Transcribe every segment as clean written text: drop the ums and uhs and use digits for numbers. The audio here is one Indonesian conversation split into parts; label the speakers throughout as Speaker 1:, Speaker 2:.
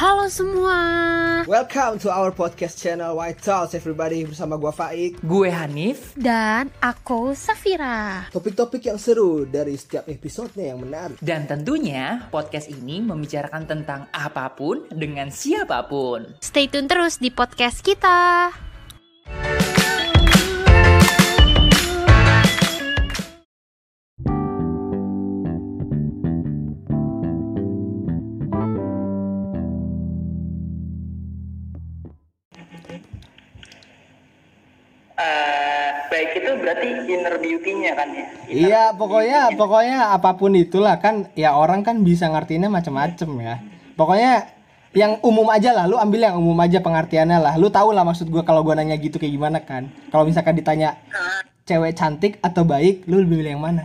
Speaker 1: Halo semua.
Speaker 2: Welcome to our podcast channel White Talks everybody, bersama gua Faik,
Speaker 3: gue Hanif,
Speaker 1: Dan aku Safira.
Speaker 2: topik-topik yang seru dari setiap episodenya yang menarik.
Speaker 3: dan tentunya podcast ini membicarakan tentang apapun dengan siapapun.
Speaker 1: Stay tune terus di podcast kita.
Speaker 4: Baik itu berarti inner beauty-nya kan ya?
Speaker 2: Iya, pokoknya apapun itulah kan, ya orang kan bisa ngertiinnya macam-macam ya. Pokoknya yang umum aja lah, lu ambil yang umum aja pengertiannya lah. Lu tahu lah maksud gua kalau gua nanya gitu kayak gimana kan. Kalau misalkan ditanya cewek cantik atau baik, lu lebih milih yang mana?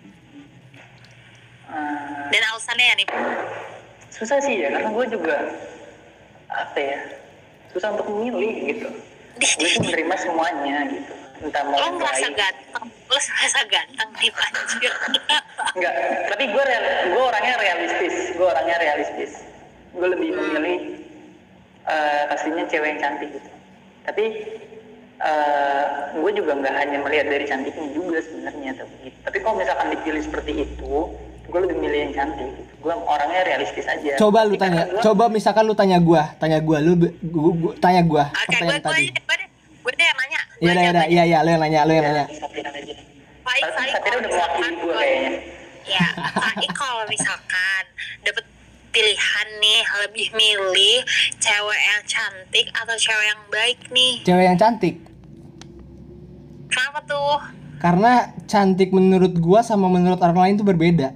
Speaker 1: Dan alasannya ya nih.
Speaker 4: Susah sih ya, karena gue juga apa ya, susah untuk memilih gitu. Gue tuh menerima semuanya gitu. Entah mau
Speaker 1: Lo ngerasa
Speaker 4: baik.
Speaker 1: ganteng, lo ngerasa ganteng nih anjir.
Speaker 4: Enggak, tapi gue orangnya realistis. Gue lebih memilih pastinya cewek yang cantik gitu. Tapi gue juga nggak hanya melihat dari cantiknya juga sebenarnya, tapi kalau misalkan dipilih seperti itu, gue lebih milih yang cantik gitu. Gue orangnya realistis aja.
Speaker 2: Coba lu tanya, misalkan lu tanya gua, lu tanya gua.
Speaker 1: Oke, gue deh yang nanya.
Speaker 2: Iya, lu yang nanya.
Speaker 4: Satira udah mewakili gue kayaknya.
Speaker 1: Ya, Faik kalau misalkan dapet pilihan nih, lebih milih cewek yang cantik atau cewek yang baik nih?
Speaker 2: Cewek yang cantik.
Speaker 1: Kenapa tuh?
Speaker 2: Karena cantik menurut gua sama menurut orang lain tuh berbeda.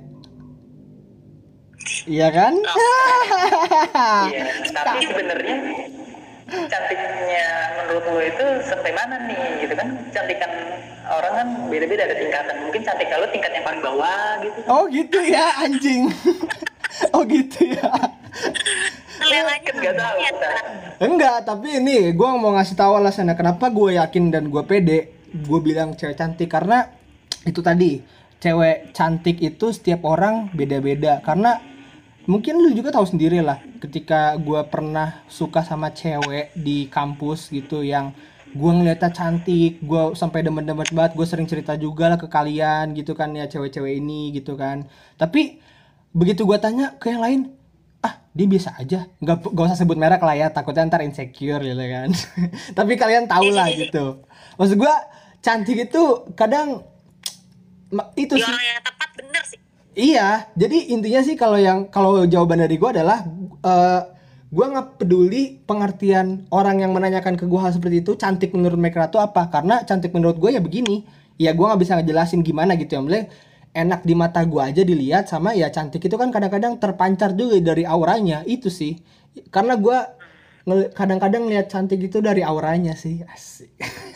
Speaker 2: Iya kan?
Speaker 4: Iya, tapi sebenarnya cantiknya menurut lo itu sampai mana nih gitu kan? Cantikan orang kan beda-beda, ada tingkatan. Mungkin cantik lo tingkat yang paling bawah gitu.
Speaker 2: Oh gitu ya, anjing. Oh gitu ya.
Speaker 1: Selelanya
Speaker 4: Kan nggak tahu kita.
Speaker 2: Enggak, tapi ini gue mau ngasih tahu alasannya kenapa gue yakin dan gue pede gue bilang cewek cantik, karena itu tadi, cewek cantik itu setiap orang beda-beda. Karena mungkin lu juga tahu sendiri lah, ketika gue pernah suka sama cewek di kampus gitu yang gue ngeliatnya cantik, gue sampai demen-demen banget, gue sering cerita juga lah ke kalian gitu kan ya, cewek-cewek ini gitu kan. Tapi begitu gue tanya ke yang lain, dia biasa aja, nggak usah sebut merek lah ya, takutnya ntar insecure gitu kan. Tapi kalian tahu lah gitu. Maksud gue cantik itu kadang itu
Speaker 1: di
Speaker 2: sih.
Speaker 1: orang yang tepat, bener sih.
Speaker 2: Iya, jadi intinya sih kalau jawaban dari gue adalah gue nggak peduli pengertian orang yang menanyakan ke gue hal seperti itu, cantik menurut mereka itu apa. Karena cantik menurut gue ya begini, ya gue nggak bisa ngejelasin gimana gitu ya. Mulai enak di mata gue aja dilihat, sama ya cantik itu kan kadang-kadang terpancar juga dari auranya itu sih. Karena gue kadang-kadang lihat cantik itu dari auranya sih, asik.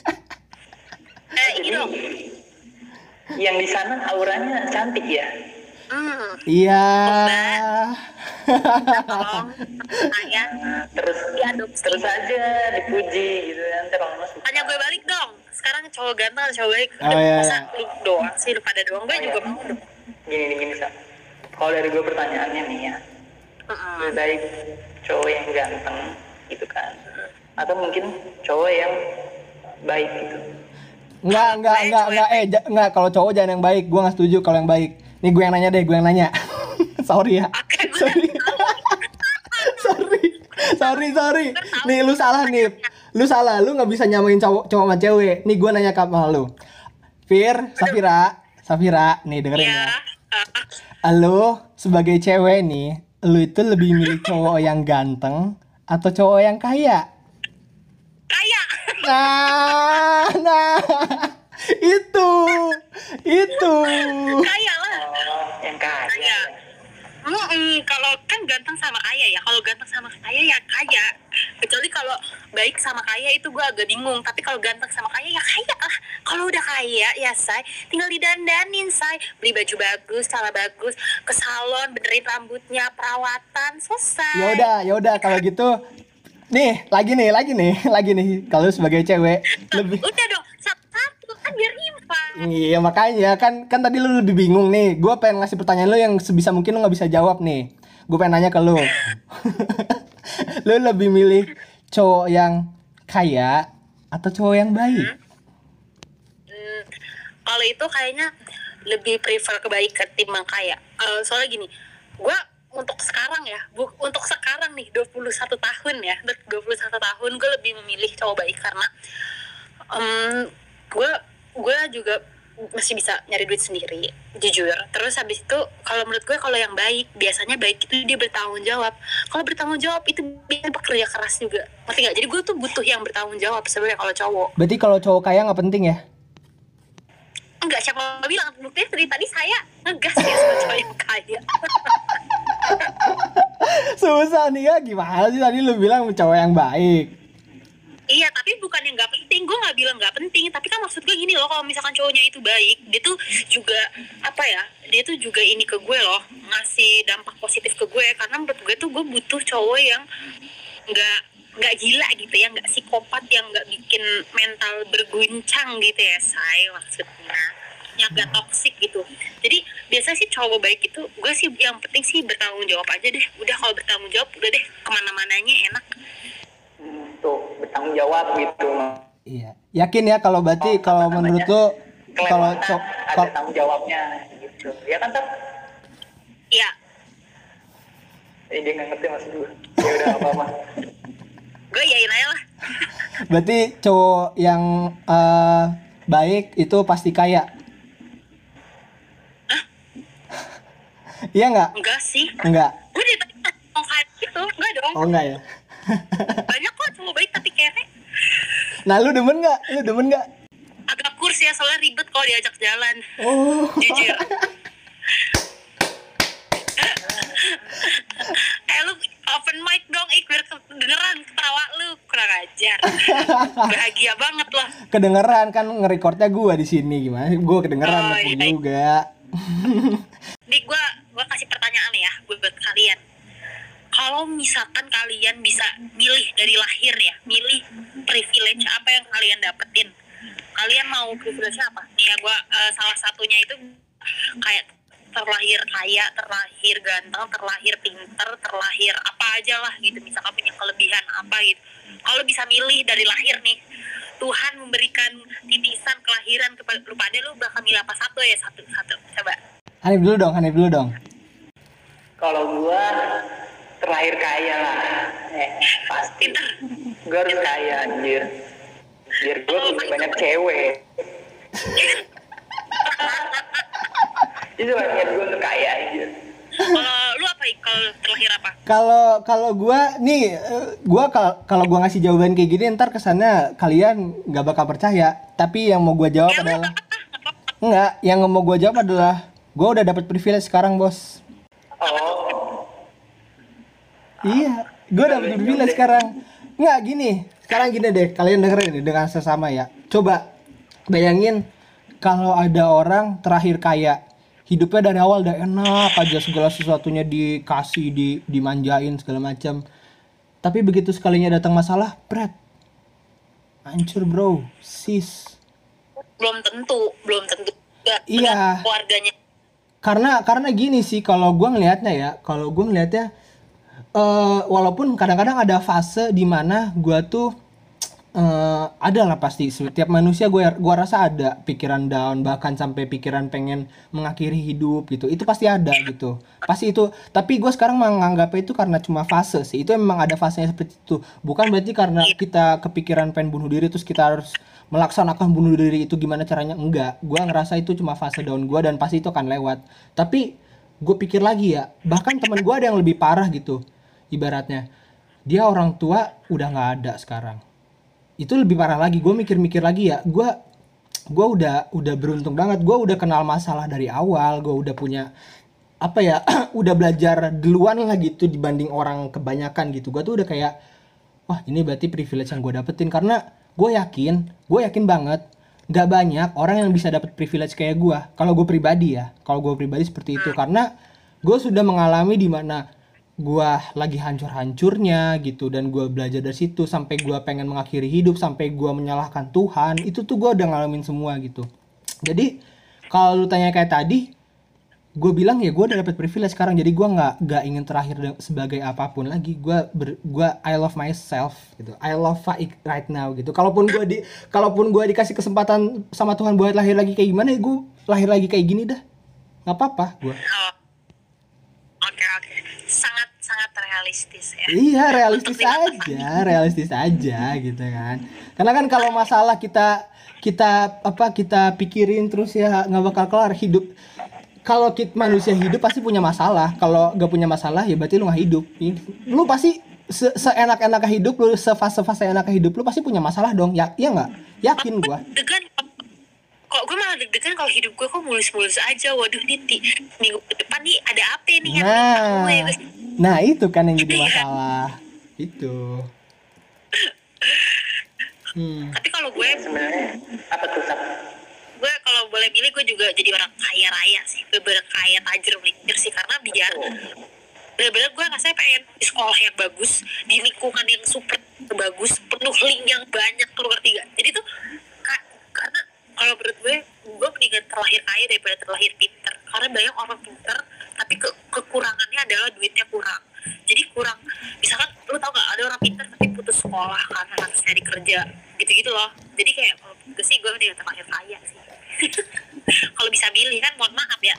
Speaker 1: Ini dong.
Speaker 4: Yang di sana auranya cantik ya.
Speaker 2: Iya.
Speaker 1: Tolong saya
Speaker 4: Terus aja dipuji gitu kan, terus masuk.
Speaker 1: tanya gue balik dong. Sekarang cowok ganteng atau cowok baik?
Speaker 2: Oh, iya.
Speaker 1: Masa lu doang sih, lu pada doang, gue juga mau dong.
Speaker 4: Gini Sa. Kalau dari gue pertanyaannya nih ya, lebih baik cowok yang ganteng gitu kan, atau mungkin cowok yang baik gitu.
Speaker 2: Enggak, kalau cowok jangan yang baik, gue nggak setuju kalau yang baik. Nih gue yang nanya. Sorry ya. Sorry. Nih lu salah nih. Lu nggak bisa nyamain cowok sama cewek. Nih gue nanya sama lu. Safira, nih dengerin ya. Lu sebagai cewek nih, lu itu lebih milih cowok yang ganteng atau cowok yang kaya?
Speaker 1: Kaya.
Speaker 2: Nah, itu.
Speaker 1: Kaya lah.
Speaker 4: Yang kaya.
Speaker 1: Kalau kan ganteng sama kaya ya. Kalau ganteng sama kaya ya kaya. Kecuali kalau baik sama kaya itu gue agak bingung. Tapi kalau ganteng sama kaya ya kaya lah. Kalau udah kaya ya say, tinggal didandanin say, beli baju bagus, celana bagus, ke salon, benerin rambutnya, perawatan, selesai.
Speaker 2: Ya udah kalau gitu. Nih, lagi nih. Kalau sebagai cewek lebih.
Speaker 1: Udah dong, satu kan biar imbang.
Speaker 2: Iya makanya kan tadi lu lebih bingung nih. Gue pengen ngasih pertanyaan lu yang sebisa mungkin lu nggak bisa jawab nih. Gue pengen nanya ke lu. Lu lebih milih cowok yang kaya atau cowok yang baik?
Speaker 1: Kalau itu kayaknya lebih prefer ke baik ketimbang kaya. Soalnya gini, gue untuk sekarang ya, untuk sekarang nih 21 tahun ya, 21 tahun gue lebih memilih cowok baik karena gue juga masih bisa nyari duit sendiri, jujur. Terus habis itu kalau menurut gue kalau yang baik, biasanya baik itu dia bertanggung jawab. Kalau bertanggung jawab itu biasanya bekerja keras juga, ngerti nggak? Jadi gue tuh butuh yang bertanggung jawab sebenarnya kalau cowok.
Speaker 2: Berarti kalau cowok kaya nggak penting ya?
Speaker 1: Enggak, siapa bilang? Buktinya dari tadi saya ngegas ya sama cowok yang kaya.
Speaker 2: Susah nih ya, gimana sih tadi lu bilang cowok yang baik?
Speaker 1: Iya, tapi bukan yang nggak penting. Gue nggak bilang nggak penting, tapi kan maksud gue gini loh, kalau misalkan cowoknya itu baik, dia tuh juga apa ya? Dia tuh juga ini ke gue loh, ngasih dampak positif ke gue. Karena menurut gue tuh gue butuh cowok yang nggak gila gitu ya, nggak psikopat, yang nggak bikin mental berguncang gitu ya, say maksudnya. Yang nggak toksik gitu. Jadi biasanya sih cowok baik itu, gue sih yang penting sih bertanggung jawab aja deh. Udah kalau bertanggung jawab, udah deh kemana-mananya enak.
Speaker 4: Tuh bertanggung jawab gitu.
Speaker 2: Iya. Yakin ya kalau berarti kalau menurut lu kalau
Speaker 4: ada tanggung jawabnya gitu. Ya kan, Sab?
Speaker 1: Iya.
Speaker 4: Dia nggak ngerti maksud gue. Ya udah apa-apa.
Speaker 1: Gue yain aja lah.
Speaker 2: berarti cowok yang baik itu pasti kaya. Iya nggak?
Speaker 1: Enggak sih.
Speaker 2: Enggak.
Speaker 1: Gue dari tadi mau kayak gitu. Enggak dong.
Speaker 2: Oh enggak ya.
Speaker 1: Banyak kok cowok baik tapi kere.
Speaker 2: Nah lu demen nggak?
Speaker 1: Agak kurs ya, soalnya ribet kalau diajak jalan.
Speaker 2: Oh.
Speaker 1: Jujur. Lu open mic dong, biar kedengeran ketawa lu. Kurang ajar. Bahagia banget loh.
Speaker 2: Kedengeran kan nge-recordnya gua di sini, gimana? Gua kedengeran
Speaker 1: Oh,
Speaker 2: aku
Speaker 1: iya.
Speaker 2: juga.
Speaker 1: Nih gue kasih pertanyaan ya buat kalian. Kalau misalkan kalian bisa milih dari lahir ya, milih privilege apa yang kalian dapetin, kalian mau privilege apa? Nih ya, gue salah satunya itu kayak terlahir kaya, terlahir ganteng, terlahir pinter, terlahir apa aja lah gitu. Misalkan punya kelebihan apa gitu. Kalau bisa milih dari lahir nih, Tuhan memberikan titisan kelahiran kepada lu pada, lu bakal milih apa? Satu ya, satu. Coba.
Speaker 2: Hanif dulu dong.
Speaker 4: Kalau gua terlahir kaya lah. Pasti.
Speaker 1: Pinter.
Speaker 4: Gua harus kaya anjir. Biar gua punya banyak cewek. Itu lah niat gua untuk kaya anjir.
Speaker 1: Lu apa? Kalau terlahir apa?
Speaker 2: Kalau gua nih kalau gua ngasih jawaban kayak gini ntar kesannya kalian nggak bakal percaya. Tapi yang mau gua jawab
Speaker 1: Ya,
Speaker 2: adalah
Speaker 1: apa?
Speaker 2: enggak, yang mau gua jawab adalah gua udah dapat privilege sekarang, Bos.
Speaker 4: Oh.
Speaker 2: Iya, gua dapet privilege sekarang. Enggak gini. Sekarang gini deh, kalian dengerin nih dengan sesama ya. Coba bayangin kalau ada orang terakhir kaya, hidupnya dari awal udah enak aja, segala sesuatunya dikasih, dimanjain segala macam. Tapi begitu sekalinya datang masalah, berat. Hancur, bro. Sis.
Speaker 1: Belum tentu. Gak,
Speaker 2: Iya.
Speaker 1: Keluarganya.
Speaker 2: Karena gini sih kalau gua ngelihatnya walaupun kadang-kadang ada fase di mana gua tuh ada lah pasti setiap manusia gua rasa ada pikiran down, bahkan sampai pikiran pengen mengakhiri hidup gitu. Itu pasti ada gitu. Pasti itu. Tapi gua sekarang menganggapnya itu karena cuma fase sih. Itu memang ada fasenya seperti itu. Bukan berarti karena kita kepikiran pengen bunuh diri terus kita harus melaksanakan bunuh diri itu gimana caranya. Enggak. Gua ngerasa itu cuma fase down gua dan pasti itu akan lewat. Tapi gue pikir lagi ya, bahkan teman gua ada yang lebih parah gitu. Ibaratnya dia orang tua udah nggak ada sekarang. Itu lebih parah lagi. Gue mikir-mikir lagi ya, gue udah beruntung banget. Gue udah kenal masalah dari awal. Gue udah punya apa ya udah belajar duluan lah gitu dibanding orang kebanyakan gitu. Gue tuh udah kayak wah ini berarti privilege yang gue dapetin. Karena gue yakin banget nggak banyak orang yang bisa dapet privilege kayak gue. Kalau gue pribadi seperti itu. Karena gue sudah mengalami di mana gue lagi hancur-hancurnya gitu, dan gue belajar dari situ sampai gue pengen mengakhiri hidup, sampai gue menyalahkan Tuhan. Itu tuh gue udah ngalamin semua gitu. Jadi kalau lu tanya kayak tadi, gue bilang ya gue udah dapet privilege sekarang, jadi gue nggak ingin terakhir sebagai apapun lagi. Gue I love myself gitu, I love Faik right now gitu. Kalaupun gue dikasih kesempatan sama Tuhan buat lahir lagi kayak gimana ya, gue lahir lagi kayak gini dah, nggak apa-apa gue.
Speaker 1: Oh, oke. Sangat realistis ya.
Speaker 2: Iya, realistis aja gitu kan. Karena kan kalau masalah kita pikirin terus ya nggak bakal kelar hidup. Kalau manusia hidup pasti punya masalah. Kalau nggak punya masalah ya berarti lu nggak hidup. Lu pasti seenak-enaknya hidup lu, sefase enaknya hidup lu pasti punya masalah dong. Ya, iya nggak? Yakin gua.
Speaker 1: Deg-degan. Kok gue malah deg-degan kalau hidup gue kok mulus-mulus aja. Waduh, minggu depan nih ada apa nih yang
Speaker 2: Nah itu kan yang jadi masalah. Itu.
Speaker 1: Tapi kalau gue
Speaker 4: Sebenarnya apa tuh Sab?
Speaker 1: gue kalau boleh milih gue juga jadi orang kaya raya sih, bener-bener kaya tajir melintir sih, karena biar bener-bener gue rasanya pengen di sekolah yang bagus, di lingkungan yang super bagus, penuh link yang banyak, tuh ngerti gak? Jadi tuh karena kalau menurut gue mendingan terlahir kaya daripada terlahir pinter, karena banyak orang pinter tapi kekurangannya adalah duitnya kurang. Jadi kurang, misalkan lu tau gak ada orang pinter tapi putus sekolah karena harus cari kerja gitu-gitu loh. Jadi kayak kalau gue sih gue mendingan terlahir kaya sih. Kalau bisa milih kan, mohon maaf ya.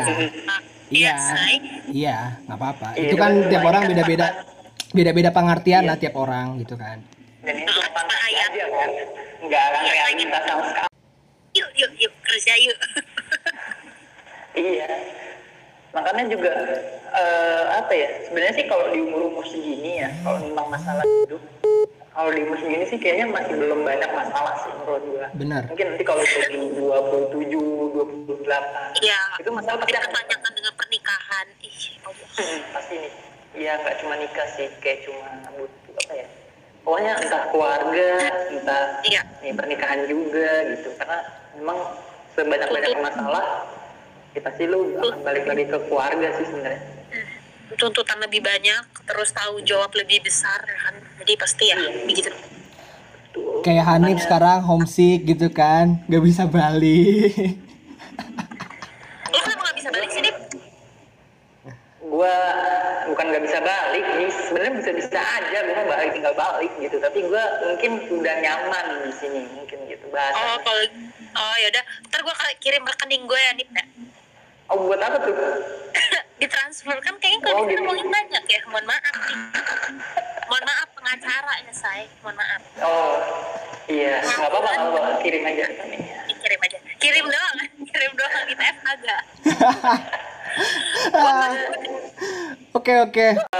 Speaker 2: Iya, nggak apa-apa. Itu kan tiap orang beda-beda pengertian lah tiap orang gitu kan.
Speaker 4: Dan itu fantasi aja kan, nggak realitas sama sekali.
Speaker 1: Yuk kerja yuk.
Speaker 4: Iya, makanya juga apa ya, sebenarnya sih kalau di umur segini ya, kalau tentang masalah hidup, kalau di umur segini sih kayaknya masih belum banyak masalah sih menurut gua.
Speaker 2: Benar.
Speaker 4: Mungkin nanti kalau di 27, 28
Speaker 1: Iya,
Speaker 4: itu masalah pasti akan
Speaker 1: kebanyakan dengan pernikahan.
Speaker 4: pasti nih. Iya, nggak cuma nikah sih, kayak cuma butuh apa ya, pokoknya entah keluarga, entah nih pernikahan juga gitu. Karena memang sebanyak-banyak masalah ya pasti lu akan balik lagi ke keluarga sih sebenarnya.
Speaker 1: Tuntutan lebih banyak, terus tanggung jawab lebih besar kan, jadi pasti ya begitu.
Speaker 2: Kayak Hanif sekarang homesick gitu kan, nggak bisa balik.
Speaker 1: Lo kenapa nggak bisa balik sini?
Speaker 4: Gua bukan nggak bisa balik nih, sebenarnya bisa aja gua mah balik tinggal balik gitu, tapi gua mungkin udah nyaman di sini mungkin gitu bahasa.
Speaker 1: Yaudah, ntar gue kirim rekening gue ya Nip ya.
Speaker 4: Oh, buat apa tuh?
Speaker 1: Ditransfer kan kayaknya kalau di sana uangnya banyak ya. Mohon maaf pengacara ya say, mohon maaf.
Speaker 4: Oh iya, nggak apa-apa, kirim aja rekeningnya.
Speaker 1: Kirim doang di TF agak.
Speaker 2: Oke.